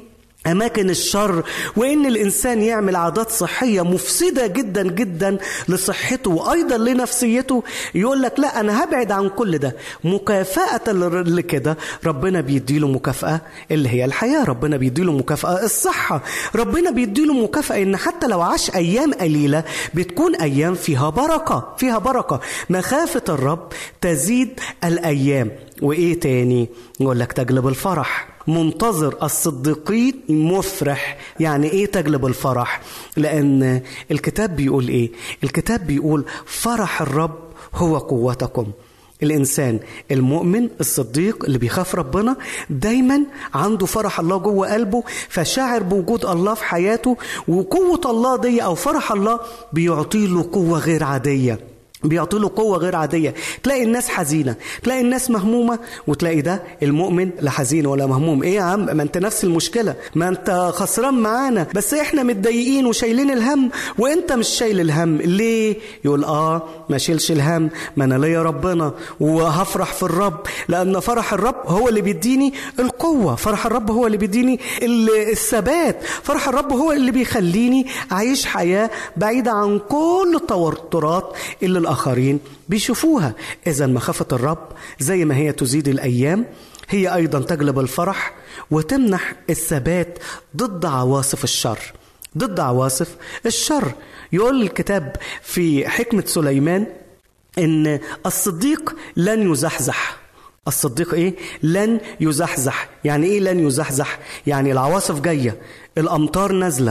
[SPEAKER 8] أماكن الشر، وإن الإنسان يعمل عادات صحية مفسدة جدا جدا لصحته وأيضا لنفسيته، يقول لك لا أنا هبعد عن كل ده. مكافأة لكده ربنا بيديله مكافأة اللي هي الحياة، ربنا بيديله مكافأة الصحة، ربنا بيديله مكافأة إن حتى لو عاش أيام قليلة بتكون أيام فيها بركة، فيها بركة. مخافة الرب تزيد الأيام. وإيه تاني؟ يقول لك تجلب الفرح. منتظر الصديقين مفرح. يعني ايه تجلب الفرح؟ لان الكتاب بيقول ايه؟ الكتاب بيقول فرح الرب هو قوتكم. الانسان المؤمن الصديق اللي بيخاف ربنا دايما عنده فرح الله جوه قلبه، فشاعر بوجود الله في حياته، وقوة الله دي او فرح الله بيعطي له قوة غير عادية، بيعطي له قوة غير عادية. تلاقي الناس حزينة، تلاقي الناس مهمومة، وتلاقي ده المؤمن لا حزين ولا مهموم. ايه يا عم؟ ما انت نفس المشكلة، ما انت خسران معانا، بس احنا متضايقين وشايلين الهم وانت مش شايل الهم. ليه؟ يقول اه ما شيلش الهم، ما انا ليا ربنا وهفرح في الرب، لان فرح الرب هو اللي بيديني القوة، فرح الرب هو اللي بيديني الثبات، فرح الرب هو اللي بيخليني اعيش حياة بعيدة عن كل التوترات اللي الآخرين بيشوفوها. إذن مخافة الرب زي ما هي تزيد الأيام، هي أيضا تجلب الفرح وتمنح الثبات ضد عواصف الشر، ضد عواصف الشر. يقول الكتاب في حكمة سليمان إن الصديق لن يزحزح. الصديق إيه؟ لن يزحزح. يعني إيه لن يزحزح؟ يعني العواصف جاية، الأمطار نازلة،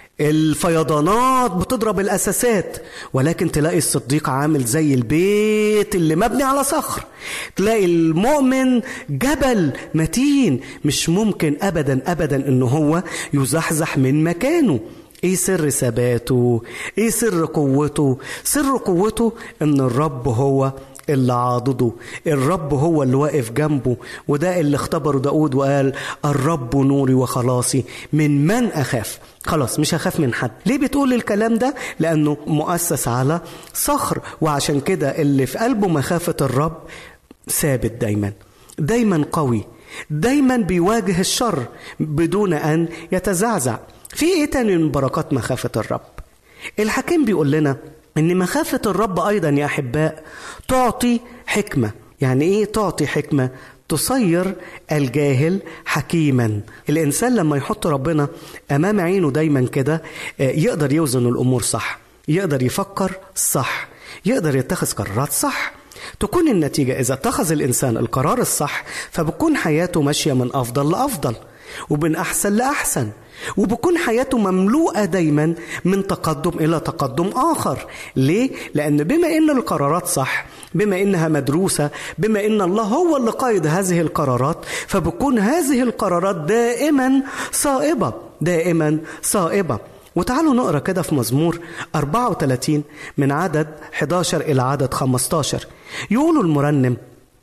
[SPEAKER 8] الفيضانات بتضرب الأساسات، ولكن تلاقي الصديق عامل زي البيت اللي مبني على صخر. تلاقي المؤمن جبل متين، مش ممكن أبدا أبدا إنه هو يزحزح من مكانه. ايه سر ثباته؟ ايه سر قوته؟ سر قوته ان الرب هو اللي عاضده، الرب هو اللي واقف جنبه. وده اللي اختبره داود وقال الرب نوري وخلاصي من من أخاف. خلاص مش هخاف من حد. ليه بتقول الكلام ده؟ لأنه مؤسس على صخر، وعشان كده اللي في قلبه مخافة الرب ثابت دايما، دايما قوي، دايما بيواجه الشر بدون أن يتزعزع. في ايه تاني من بركات مخافة الرب؟ الحكيم بيقول لنا ان مخافة الرب ايضا يا احباء تعطي حكمة. يعني ايه تعطي حكمة؟ تصير الجاهل حكيما. الانسان لما يحط ربنا امام عينه دايما كده يقدر يوزن الامور صح، يقدر يفكر صح، يقدر يتخذ قرارات صح. تكون النتيجة اذا اتخذ الانسان القرار الصح فبكون حياته ماشية من افضل لافضل ومن احسن لاحسن، وبكون حياته مملوءة دايما من تقدم إلى تقدم آخر. ليه؟ لأن بما إن القرارات صح، بما إنها مدروسة، بما إن الله هو اللي قائد هذه القرارات، فبكون هذه القرارات دائما صائبة، دائما صائبة. وتعالوا نقرأ كده في مزمور أربعة وثلاثين من عدد إحدى عشر إلى عدد خمسة عشر. يقول المرنم: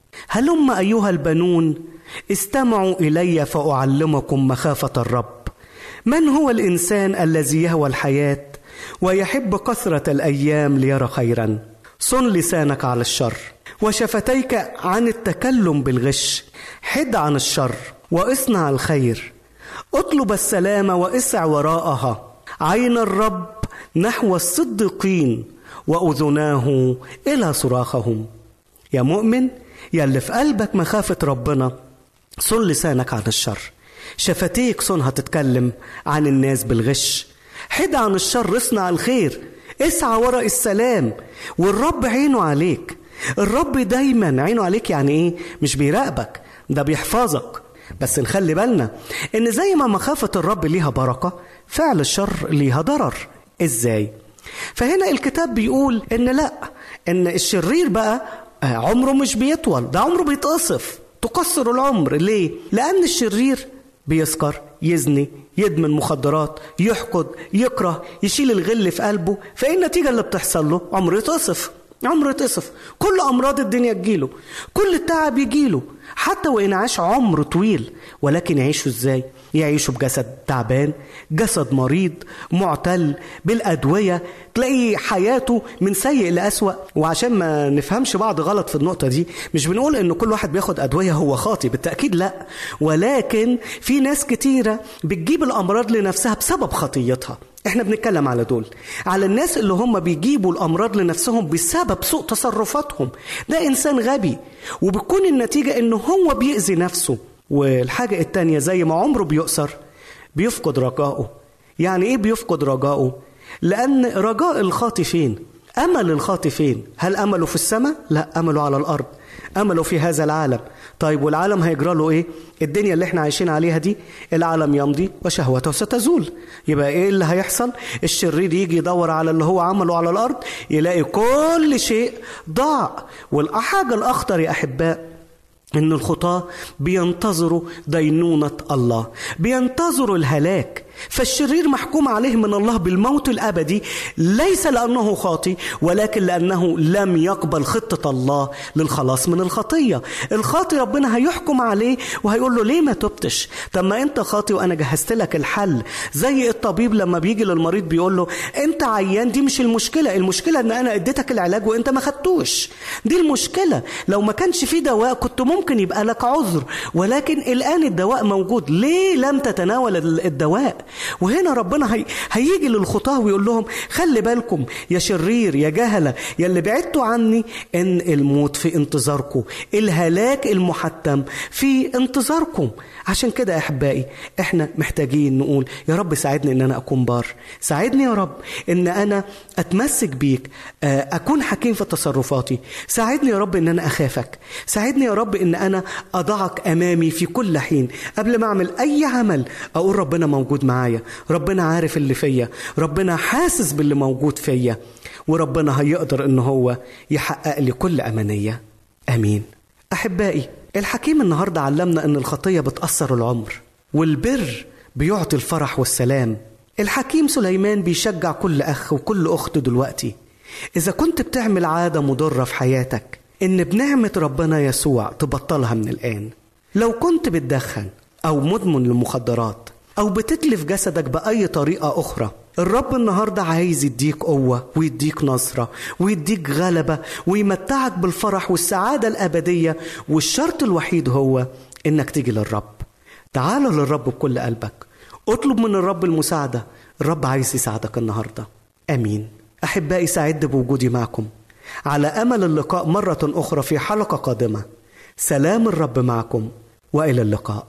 [SPEAKER 8] هلم أيها البنون استمعوا إلي فأعلمكم مخافة الرب. من هو الإنسان الذي يهوى الحياة ويحب كثرة الأيام ليرى خيرا؟ صن لسانك على الشر وشفتيك عن التكلم بالغش. حد عن الشر واصنع الخير، اطلب السلام واسع وراءها. عين الرب نحو الصديقين وأذناه إلى صراخهم. يا مؤمن، يا اللي في قلبك مخافة ربنا، صن لسانك عن الشر، شفتيك صنها تتكلم عن الناس بالغش. حد عن الشر، اصنع الخير، اسعى وراء السلام. والرب عينه عليك، الرب دايما عينه عليك. يعني ايه؟ مش بيراقبك، ده بيحفظك. بس نخلي بالنا ان زي ما مخافة الرب ليها بركة، فعل الشر ليها ضرر. ازاي؟ فهنا الكتاب بيقول ان لا، ان الشرير بقى عمره مش بيطول، ده عمره بيتقصف، تقصر العمر. ليه؟ لأن الشرير بيسكر، يزني، يدمن مخدرات، يحقد، يكره، يشيل الغل في قلبه. فإيه النتيجة اللي بتحصل له؟ عمره يتصف، عمره يتصف، كل أمراض الدنيا تجيله، كل التعب يجيله، حتى وإن عاش عمر طويل. ولكن يعيشه إزاي؟ يعيشوا بجسد تعبان، جسد مريض معتل بالأدوية، تلاقي حياته من سيء لأسوأ. وعشان ما نفهمش بعض غلط في النقطة دي، مش بنقول إنه كل واحد بياخد أدوية هو خاطي، بالتأكيد لا، ولكن في ناس كتيرة بتجيب الأمراض لنفسها بسبب خطيتها. احنا بنتكلم على دول، على الناس اللي هم بيجيبوا الأمراض لنفسهم بسبب سوء تصرفاتهم. ده إنسان غبي، وبتكون النتيجة إنه هو بيأذي نفسه. والحاجة التانية، زي ما عمره بيقصر بيفقد رجائه. يعني ايه بيفقد رجائه؟ لأن رجاء الخاطي فين؟ أمل الخاطي فين؟ هل أمله في السماء؟ لا، أمله على الأرض، أمله في هذا العالم. طيب والعالم هيجرى له إيه؟ الدنيا اللي احنا عايشين عليها دي، العالم يمضي وشهوته ستزول. يبقى إيه اللي هيحصل؟ الشرير يجي يدور على اللي هو عمله على الأرض، يلاقي كل شيء ضاع. والحاجة الأخطر يا أحباء إن الخطاة بينتظروا دينونة الله، بينتظروا الهلاك. فالشرير محكوم عليه من الله بالموت الأبدي، ليس لأنه خاطي، ولكن لأنه لم يقبل خطة الله للخلاص من الخطية. الخاطي ربنا هيحكم عليه وهيقول له ليه ما تبتش؟ طب ما أنت خاطي وأنا جهزت لك الحل. زي الطبيب لما بيجي للمريض بيقول له أنت عيان، دي مش المشكلة، المشكلة أن أنا اديتك العلاج وأنت ما خدتوش، دي المشكلة. لو ما كانش في دواء كنت ممكن يبقى لك عذر، ولكن الآن الدواء موجود، ليه لم تتناول الدواء؟ وهنا ربنا هي... هيجي للخطاه ويقول لهم خلي بالكم يا شرير يا جهلة يا اللي بعدتوا عني، ان الموت في انتظاركم، الهلاك المحتم في انتظاركم. عشان كده يا احبائي احنا محتاجين نقول يا رب ساعدني ان انا اكون بار، ساعدني يا رب ان انا اتمسك بيك، اكون حكيم في تصرفاتي، ساعدني يا رب ان انا اخافك، ساعدني يا رب ان انا اضعك امامي في كل حين. قبل ما اعمل اي عمل اقول ربنا موجود معايا، ربنا عارف اللي فيا، ربنا حاسس باللي موجود فيا، وربنا هيقدر ان هو يحقق لي كل امانية. امين. احبائي الحكيم النهاردة علمنا ان الخطية بتأثر العمر، والبر بيعطي الفرح والسلام. الحكيم سليمان بيشجع كل اخ وكل اخت دلوقتي، اذا كنت بتعمل عادة مضرة في حياتك ان بنعمة ربنا يسوع تبطلها من الان. لو كنت بتدخن او مدمن للمخدرات او بتتلف جسدك بأي طريقة اخرى، الرب النهاردة عايز يديك قوة ويديك نصرة ويديك غلبة ويمتعك بالفرح والسعادة الأبدية. والشرط الوحيد هو إنك تيجي للرب. تعال للرب بكل قلبك، اطلب من الرب المساعدة. الرب عايز يساعدك النهاردة. أمين. أحبائي سعد بوجودي معكم، على أمل اللقاء مرة أخرى في حلقة قادمة. سلام الرب معكم وإلى اللقاء.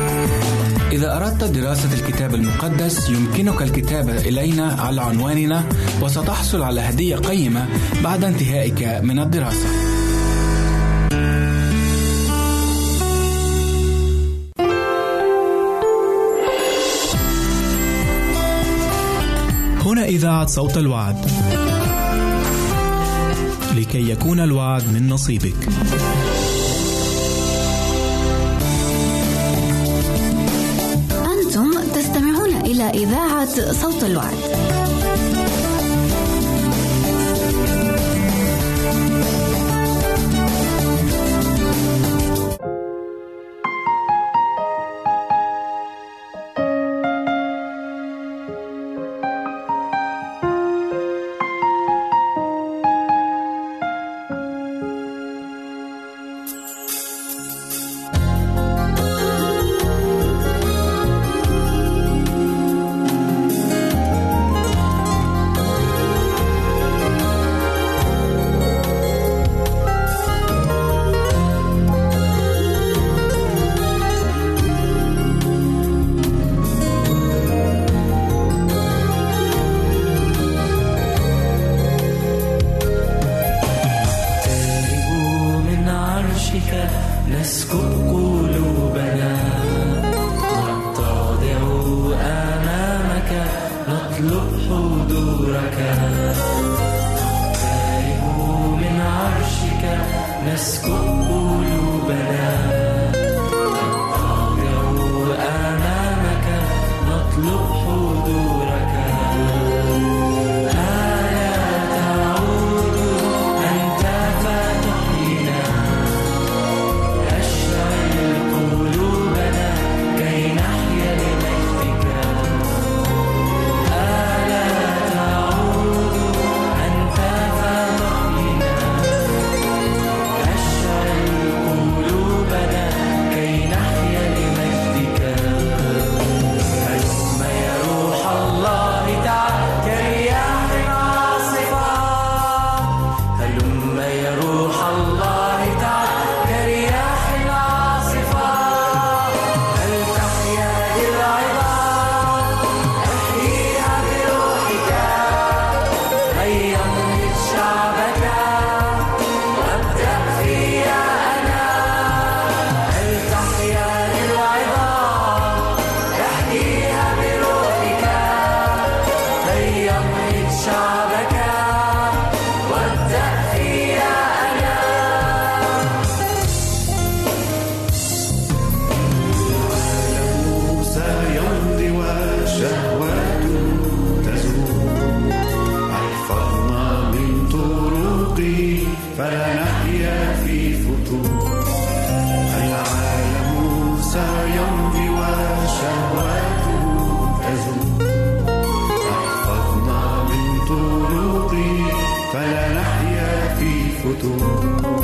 [SPEAKER 3] إذا أردت دراسة الكتاب المقدس يمكنك الكتابة إلينا على عنواننا، وستحصل على هدية قيمة بعد انتهائك من الدراسة.
[SPEAKER 6] هنا إذاعة صوت الوعد، لكي يكون الوعد من نصيبك.
[SPEAKER 7] تستمعون إلى إذاعة صوت الوعد.
[SPEAKER 2] أشعل قلوبنا كي نحيا
[SPEAKER 8] بيته.